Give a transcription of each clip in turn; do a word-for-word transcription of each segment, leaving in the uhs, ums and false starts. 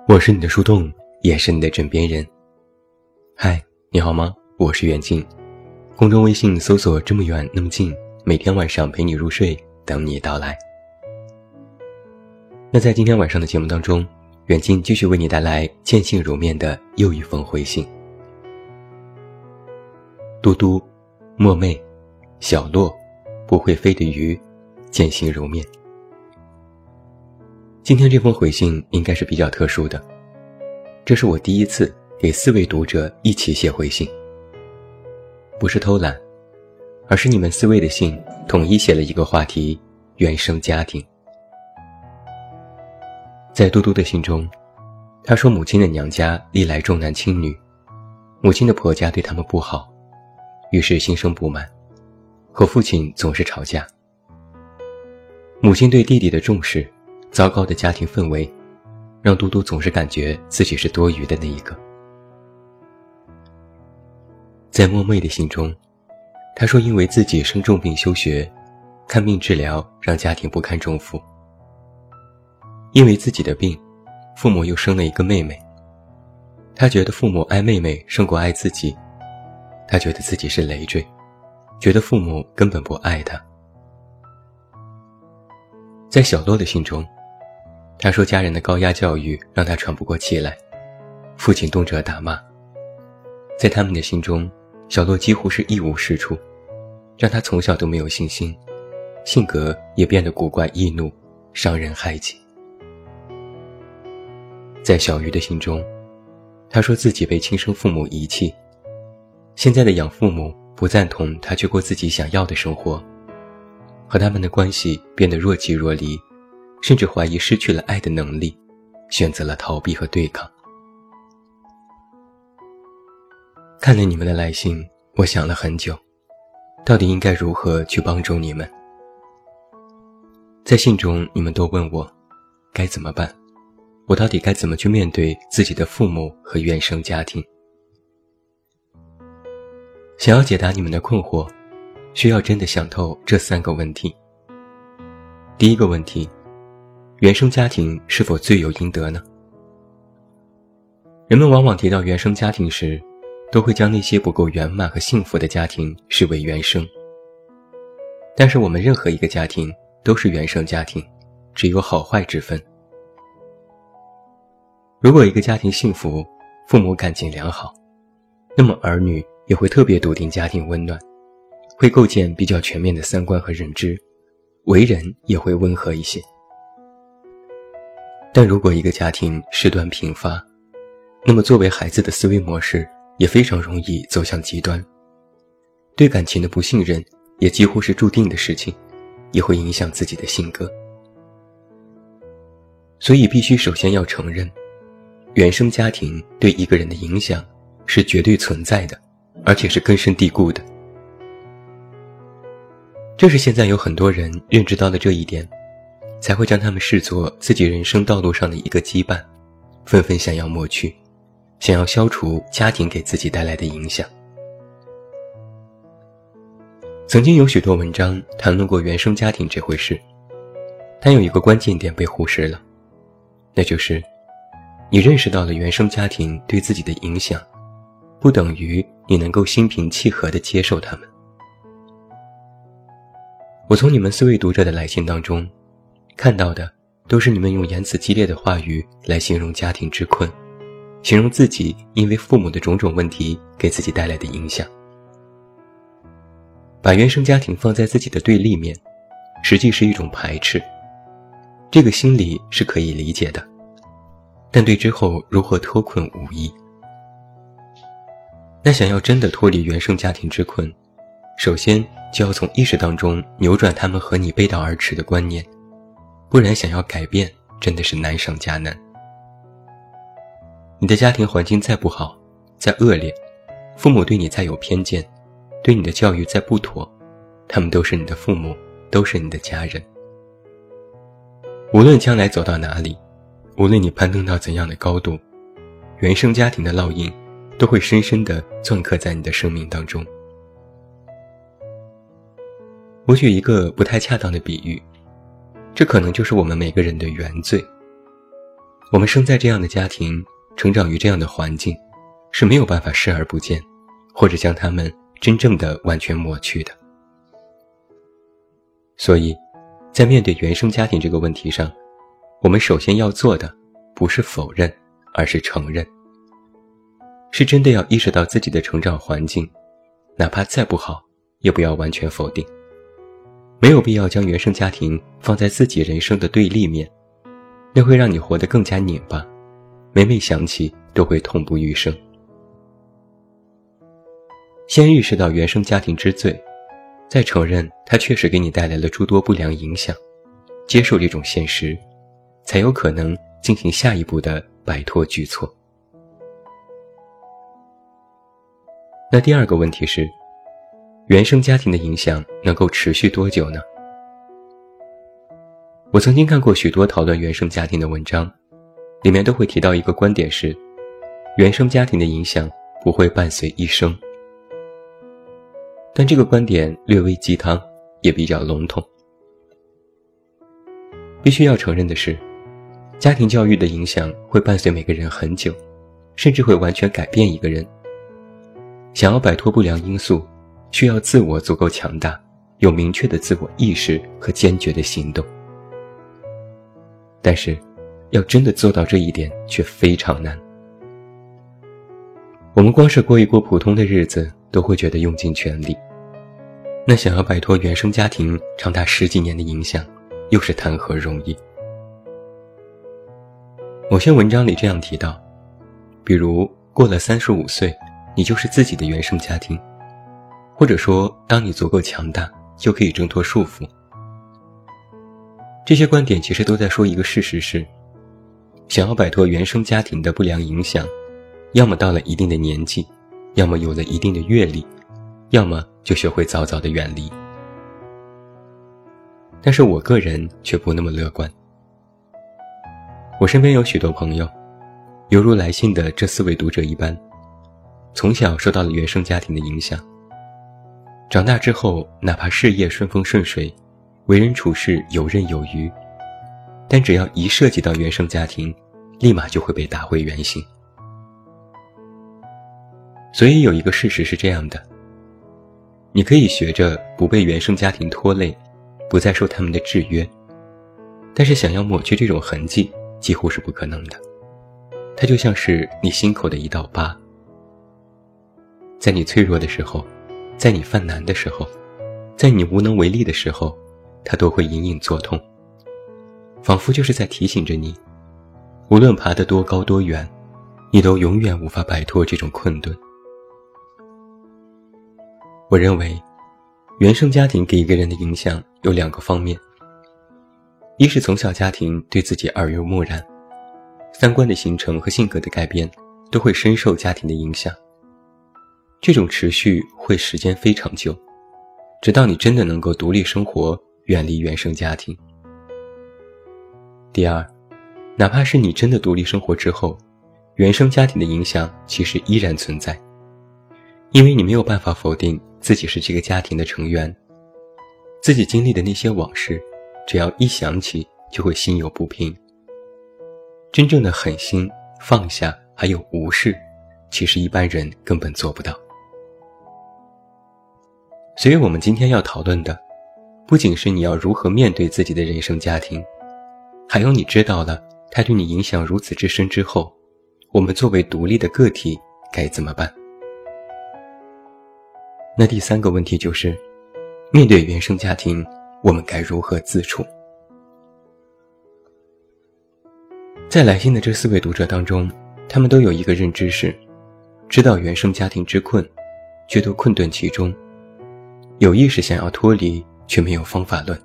我是你的树洞，也是你的枕边人。嗨，你好吗？我是远近，公众微信搜索这么远那么近，每天晚上陪你入睡，等你到来。那在今天晚上的节目当中，远近继续为你带来见信如面的又一封回信。嘟嘟、墨妹、小洛、不会飞的鱼，见信如面。今天这封回信应该是比较特殊的，这是我第一次给四位读者一起写回信，不是偷懒，而是你们四位的信统一写了一个话题：原生家庭。在嘟嘟的信中，他说母亲的娘家历来重男轻女，母亲的婆家对他们不好，于是心生不满，和父亲总是吵架。母亲对弟弟的重视，糟糕的家庭氛围，让嘟嘟总是感觉自己是多余的那一个。在默妹的信中，她说因为自己生重病休学，看病治疗让家庭不堪重负。因为自己的病，父母又生了一个妹妹，她觉得父母爱妹妹胜过爱自己，她觉得自己是累赘，觉得父母根本不爱她。在小洛的信中，他说家人的高压教育让他喘不过气来，父亲动辄打骂。在他们的心中，小洛几乎是一无是处，让他从小都没有信心，性格也变得古怪易怒，伤人害己。在小鱼的心中，他说自己被亲生父母遗弃，现在的养父母不赞同他去过自己想要的生活，和他们的关系变得若即若离，甚至怀疑失去了爱的能力，选择了逃避和对抗。看了你们的来信，我想了很久，到底应该如何去帮助你们。在信中你们都问我该怎么办，我到底该怎么去面对自己的父母和原生家庭。想要解答你们的困惑，需要真的想透这三个问题。第一个问题，原生家庭是否罪有应得呢？人们往往提到原生家庭时，都会将那些不够圆满和幸福的家庭视为原生。但是我们任何一个家庭都是原生家庭，只有好坏之分。如果一个家庭幸福，父母感情良好，那么儿女也会特别笃定家庭温暖，会构建比较全面的三观和认知，为人也会温和一些。但如果一个家庭事端频发，那么作为孩子的思维模式也非常容易走向极端，对感情的不信任也几乎是注定的事情，也会影响自己的性格。所以必须首先要承认，原生家庭对一个人的影响是绝对存在的，而且是根深蒂固的。正是现在有很多人认知到了这一点，才会将他们视作自己人生道路上的一个羁绊，纷纷想要抹去，想要消除家庭给自己带来的影响。曾经有许多文章谈论过原生家庭这回事，但有一个关键点被忽视了，那就是你认识到了原生家庭对自己的影响，不等于你能够心平气和地接受他们。我从你们四位读者的来信当中看到的都是你们用言辞激烈的话语来形容家庭之困，形容自己因为父母的种种问题给自己带来的影响。把原生家庭放在自己的对立面，实际是一种排斥，这个心理是可以理解的，但对之后如何脱困无益。那想要真的脱离原生家庭之困，首先就要从意识当中扭转他们和你背道而驰的观念，不然想要改变真的是难上加难。你的家庭环境再不好，再恶劣，父母对你再有偏见，对你的教育再不妥，他们都是你的父母，都是你的家人。无论将来走到哪里，无论你攀登到怎样的高度，原生家庭的烙印都会深深地镌刻在你的生命当中。我举一个不太恰当的比喻，这可能就是我们每个人的原罪。 我们生在这样的家庭，成长于这样的环境，是没有办法视而不见，或者将它们真正的完全抹去的。所以，在面对原生家庭这个问题上，我们首先要做的不是否认，而是承认。是真的要意识到自己的成长环境，哪怕再不好，也不要完全否定。没有必要将原生家庭放在自己人生的对立面，那会让你活得更加拧巴，每每想起都会痛不欲生。先意识到原生家庭之罪，再承认它确实给你带来了诸多不良影响，接受这种现实，才有可能进行下一步的摆脱举措。那第二个问题是，原生家庭的影响能够持续多久呢？我曾经看过许多讨论原生家庭的文章，里面都会提到一个观点是，原生家庭的影响不会伴随一生。但这个观点略微鸡汤，也比较笼统。必须要承认的是，家庭教育的影响会伴随每个人很久，甚至会完全改变一个人。想要摆脱不良因素，需要自我足够强大，有明确的自我意识和坚决的行动。但是，要真的做到这一点却非常难。我们光是过一过普通的日子，都会觉得用尽全力。那想要摆脱原生家庭长达十几年的影响，又是谈何容易？某些文章里这样提到，比如过了三十五岁，你就是自己的原生家庭，或者说当你足够强大，就可以挣脱束缚。这些观点其实都在说一个事实是，想要摆脱原生家庭的不良影响，要么到了一定的年纪，要么有了一定的阅历，要么就学会早早的远离。但是我个人却不那么乐观。我身边有许多朋友，犹如来信的这四位读者一般，从小受到了原生家庭的影响，长大之后哪怕事业顺风顺水，为人处事游刃有余，但只要一涉及到原生家庭，立马就会被打回原形。所以有一个事实是这样的，你可以学着不被原生家庭拖累，不再受他们的制约，但是想要抹去这种痕迹几乎是不可能的。它就像是你心口的一道疤，在你脆弱的时候，在你犯难的时候，在你无能为力的时候，它都会隐隐作痛，仿佛就是在提醒着你，无论爬得多高多远，你都永远无法摆脱这种困顿。我认为原生家庭给一个人的影响有两个方面，一是从小家庭对自己耳濡目染，三观的形成和性格的改变都会深受家庭的影响，这种持续会时间非常久，直到你真的能够独立生活，远离原生家庭。第二，哪怕是你真的独立生活之后，原生家庭的影响其实依然存在，因为你没有办法否定自己是这个家庭的成员，自己经历的那些往事，只要一想起就会心有不平。真正的狠心、放下还有无视，其实一般人根本做不到。所以我们今天要讨论的，不仅是你要如何面对自己的人生家庭，还有你知道了它对你影响如此之深之后，我们作为独立的个体该怎么办？那第三个问题就是，面对原生家庭，我们该如何自处？在来信的这四位读者当中，他们都有一个认知是，知道原生家庭之困，觉得困顿其中，有意识想要脱离，却没有方法论。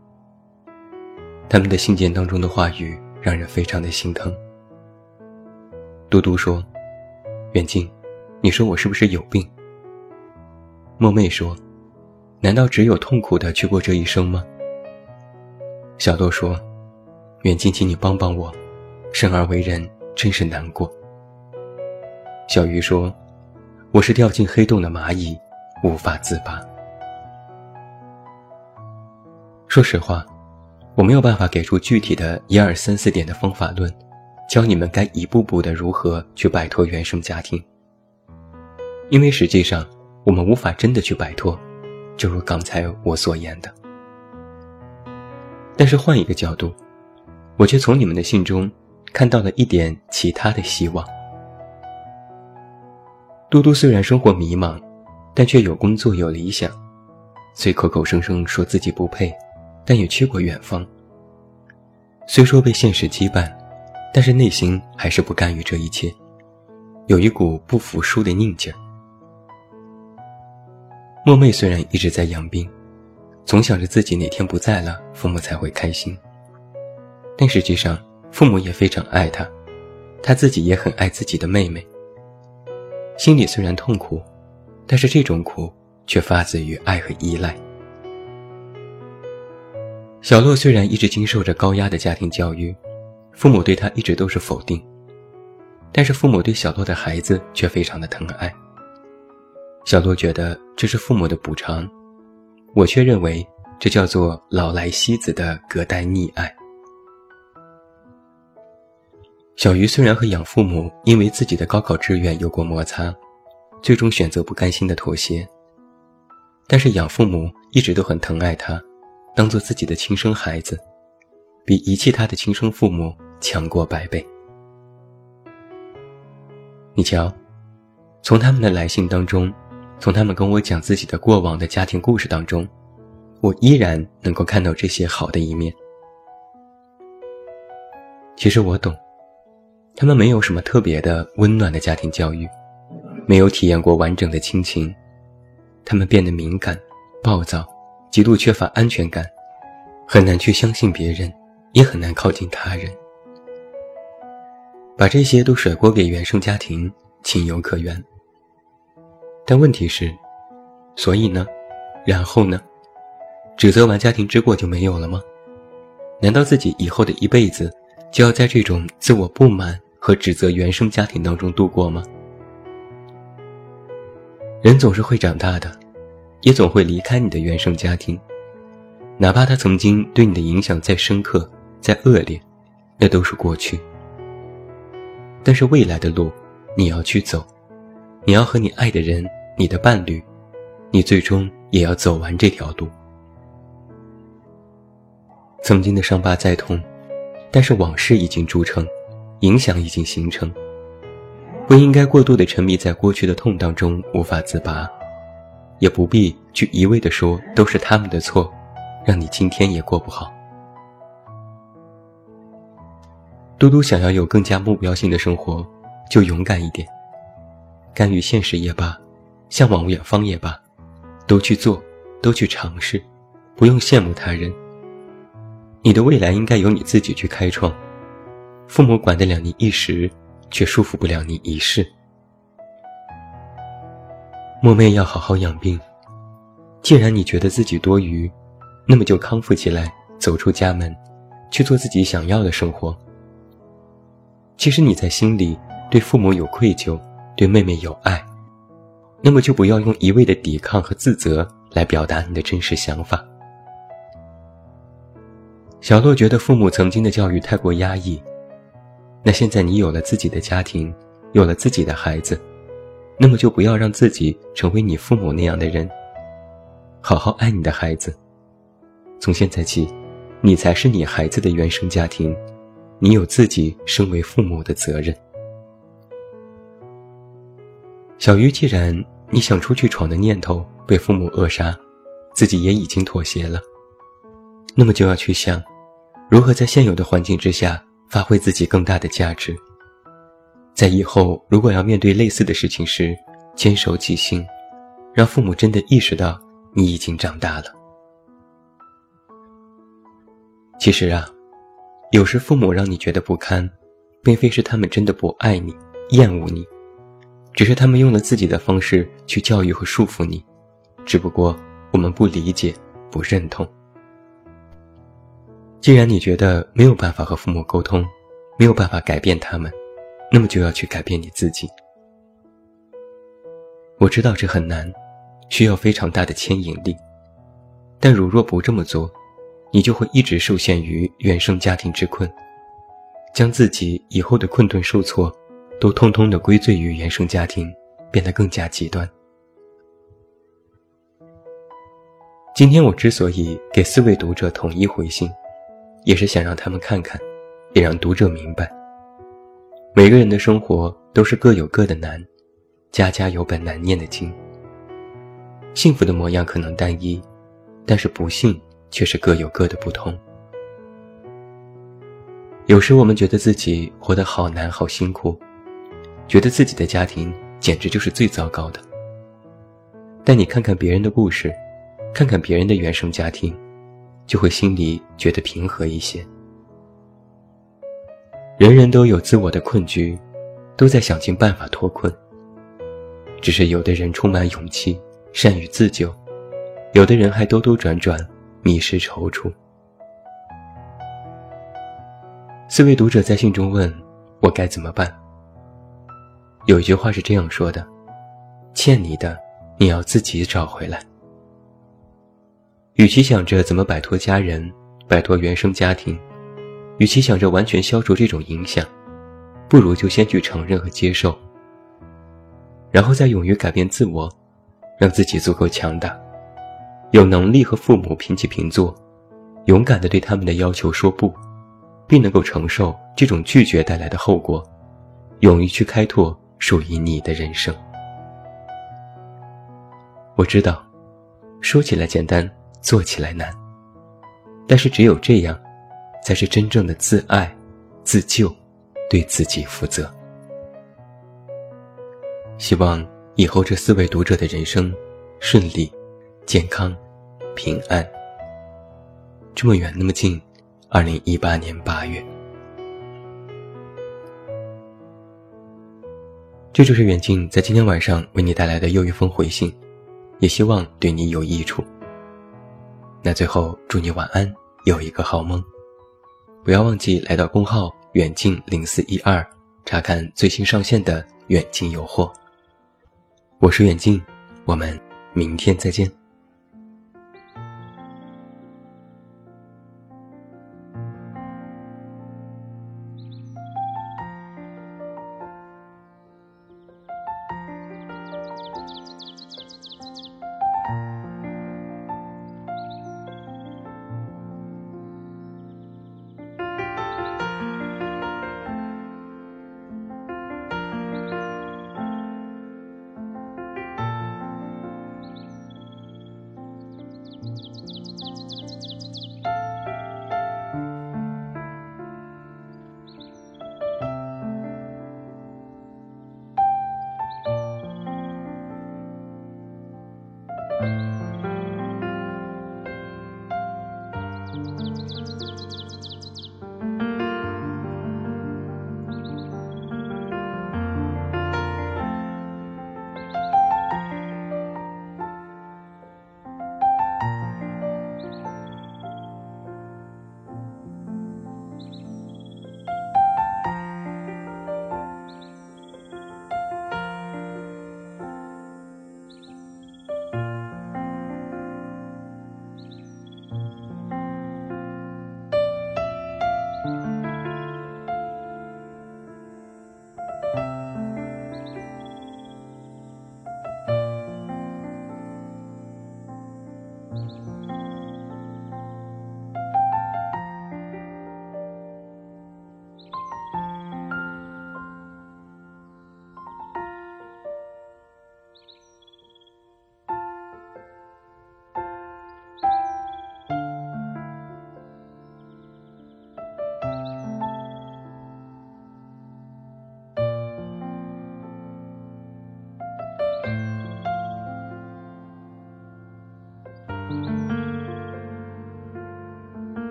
他们的信件当中的话语让人非常的心疼。嘟嘟说，远近，你说我是不是有病？莫妹说，难道只有痛苦的去过这一生吗？小豆说，远近，请你帮帮我，生而为人真是难过。小鱼说，我是掉进黑洞的蚂蚁，无法自拔。说实话，我没有办法给出具体的一二三四点的方法论， 教你们该一步步的如何去摆脱原生家庭。因为实际上我们无法真的去摆脱，就如刚才我所言的。但是换一个角度，我却从你们的信中看到了一点其他的希望。嘟嘟虽然生活迷茫，但却有工作有理想，虽口口声声说自己不配，但也去过远方。虽说被现实羁绊，但是内心还是不甘于这一切，有一股不服输的拧劲儿。莫妹虽然一直在养病，总想着自己哪天不在了，父母才会开心。但实际上，父母也非常爱她，她自己也很爱自己的妹妹。心里虽然痛苦，但是这种苦却发自于爱和依赖。小洛虽然一直经受着高压的家庭教育，父母对她一直都是否定，但是父母对小洛的孩子却非常的疼爱。小洛觉得这是父母的补偿，我却认为这叫做老来惜子的隔代溺爱。小鱼虽然和养父母因为自己的高考志愿有过摩擦，最终选择不甘心的妥协，但是养父母一直都很疼爱他，当作自己的亲生孩子，比遗弃他的亲生父母强过百倍。你瞧，从他们的来信当中，从他们跟我讲自己的过往的家庭故事当中，我依然能够看到这些好的一面。其实我懂，他们没有什么特别的温暖的家庭教育，没有体验过完整的亲情，他们变得敏感、暴躁，极度缺乏安全感，很难去相信别人，也很难靠近他人。把这些都甩锅给原生家庭，情有可原。但问题是，所以呢？然后呢？指责完家庭之过就没有了吗？难道自己以后的一辈子就要在这种自我不满和指责原生家庭当中度过吗？人总是会长大的，也总会离开你的原生家庭，哪怕他曾经对你的影响再深刻、再恶劣，那都是过去。但是未来的路，你要去走，你要和你爱的人、你的伴侣，你最终也要走完这条路。曾经的伤疤再痛，但是往事已经铸成，影响已经形成，不应该过度地沉迷在过去的痛当中无法自拔，也不必去一味地说都是他们的错，让你今天也过不好。嘟嘟想要有更加目标性的生活，就勇敢一点，甘于现实也罢，向往远方也罢，都去做，都去尝试，不用羡慕他人。你的未来应该由你自己去开创，父母管得了你一时，却束缚不了你一世。莫妹要好好养病，既然你觉得自己多余，那么就康复起来，走出家门，去做自己想要的生活。其实你在心里对父母有愧疚，对妹妹有爱，那么就不要用一味的抵抗和自责来表达你的真实想法。小洛觉得父母曾经的教育太过压抑，那现在你有了自己的家庭，有了自己的孩子，那么就不要让自己成为你父母那样的人，好好爱你的孩子。从现在起，你才是你孩子的原生家庭，你有自己身为父母的责任。小鱼，既然你想出去闯的念头被父母扼杀，自己也已经妥协了，那么就要去想如何在现有的环境之下发挥自己更大的价值。在以后如果要面对类似的事情时，坚守己心，让父母真的意识到你已经长大了。其实啊，有时父母让你觉得不堪，并非是他们真的不爱你、厌恶你，只是他们用了自己的方式去教育和束缚你，只不过我们不理解、不认同。既然你觉得没有办法和父母沟通，没有办法改变他们，那么就要去改变你自己。我知道这很难，需要非常大的牵引力，但如若不这么做，你就会一直受限于原生家庭之困， 将自己以后的困顿受挫都通通地归罪于原生家庭，变得更加极端。今天我之所以给四位读者统一回信，也是想让他们看看，也让读者明白，每个人的生活都是各有各的难，家家有本难念的经。幸福的模样可能单一，但是不幸却是各有各的不同。有时我们觉得自己活得好难好辛苦，觉得自己的家庭简直就是最糟糕的。但你看看别人的故事，看看别人的原生家庭，就会心里觉得平和一些。人人都有自我的困局，都在想尽办法脱困。只是有的人充满勇气，善于自救，有的人还兜兜转转，迷失踌躇。四位读者在信中问我该怎么办。有一句话是这样说的：欠你的，你要自己找回来。与其想着怎么摆脱家人，摆脱原生家庭，与其想着完全消除这种影响，不如就先去承认和接受，然后再勇于改变自我，让自己足够强大，有能力和父母平起平坐，勇敢地对他们的要求说不，并能够承受这种拒绝带来的后果，勇于去开拓属于你的人生。我知道，说起来简单，做起来难，但是只有这样，才是真正的自爱、自救，对自己负责。希望以后这四位读者的人生顺利、健康、平安。这么远那么近，二零一八年八月。这就是远近在今天晚上为你带来的又一封回信，也希望对你有益处。那最后祝你晚安，有一个好梦。不要忘记来到公号远近零四一二查看最新上线的远近有货。我是远近，我们明天再见。